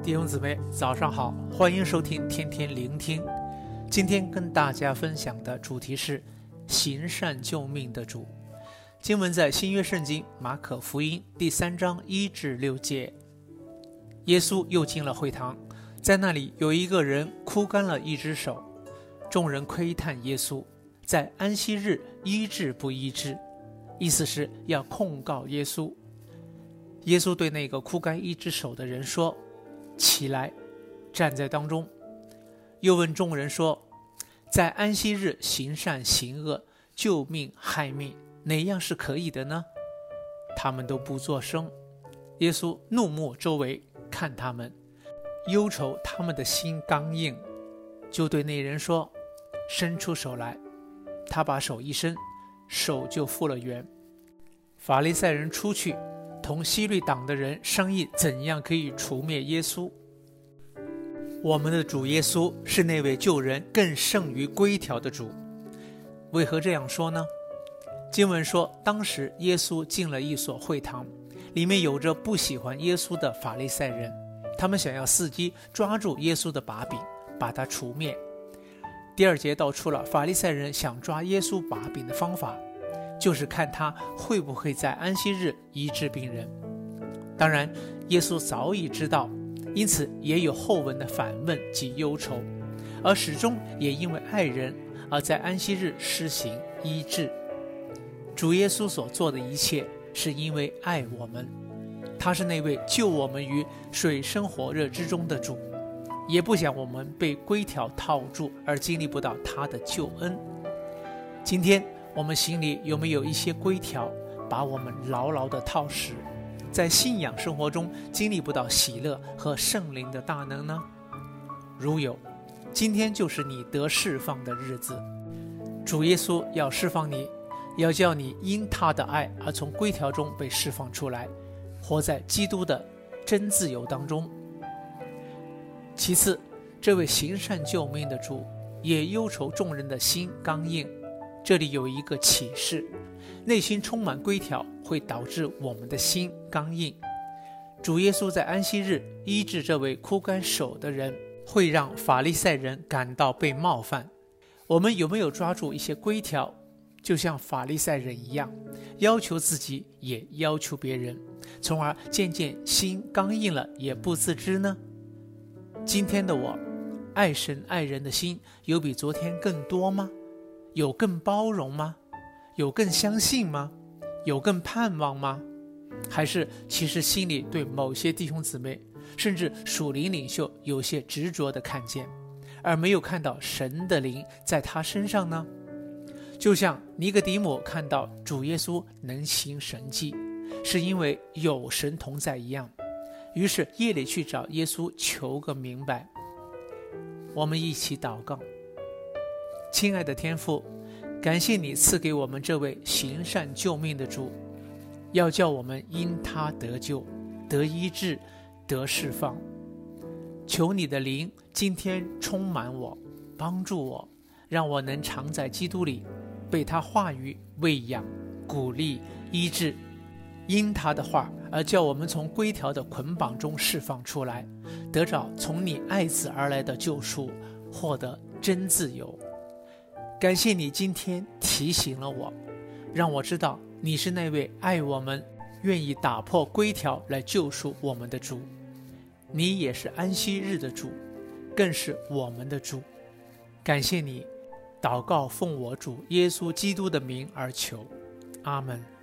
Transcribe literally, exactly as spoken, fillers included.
弟兄姊妹早上好，欢迎收听天天聆听。今天跟大家分享的主题是行善救命的主。经文在新约圣经马可福音第三章一至六节。耶稣又进了会堂，在那里有一个人枯干了一只手，众人窥探耶稣在安息日医治不医治，意思是要控告耶稣。耶稣对那个枯干一只手的人说，起来，站在当中。又问众人说，在安息日行善行恶，救命害命，哪样是可以的呢？他们都不作声。耶稣怒目周围看他们，忧愁他们的心刚硬，就对那人说，伸出手来。他把手一伸，手就复了原。法利赛人出去同希律党的人商议怎样可以除灭耶稣。我们的主耶稣是那位救人更胜于规条的主。为何这样说呢？经文说，当时耶稣进了一所会堂，里面有着不喜欢耶稣的法利赛人，他们想要伺机抓住耶稣的把柄，把他除灭。第二节道出了法利赛人想抓耶稣把柄的方法，就是看他会不会在安息日医治病人。当然耶稣早已知道，因此也有后文的反问及忧愁，而始终也因为爱人而在安息日施行医治。主耶稣所做的一切是因为爱我们，他是那位救我们于水深火热之中的主，也不想我们被规条套住而经历不到他的救恩。今天我们心里有没有一些规条把我们牢牢地套实，在信仰生活中经历不到喜乐和圣灵的大能呢？如有，今天就是你得释放的日子。主耶稣要释放你，要叫你因他的爱而从规条中被释放出来，活在基督的真自由当中。其次，这位行善救命的主也忧愁众人的心刚硬。这里有一个启示，内心充满规条会导致我们的心刚硬。主耶稣在安息日医治这位枯干手的人，会让法利赛人感到被冒犯。我们有没有抓住一些规条，就像法利赛人一样，要求自己也要求别人，从而渐渐心刚硬了也不自知呢？今天的我，爱神爱人的心有比昨天更多吗？有更包容吗？有更相信吗？有更盼望吗？还是其实心里对某些弟兄姊妹甚至属灵领袖有些执着的看见，而没有看到神的灵在他身上呢？就像尼哥底母看到主耶稣能行神迹，是因为有神同在一样，于是夜里去找耶稣求个明白。我们一起祷告。亲爱的天父，感谢你赐给我们这位行善救命的主，要叫我们因他得救，得医治，得释放。求你的灵今天充满我，帮助我，让我能常在基督里，被他话语喂养、鼓励、医治，因他的话而叫我们从规条的捆绑中释放出来，得着从你爱子而来的救赎，获得真自由。感谢你今天提醒了我，让我知道你是那位爱我们、愿意打破规条来救赎我们的主。你也是安息日的主，更是我们的主。感谢你，祷告奉我主耶稣基督的名而求，阿们。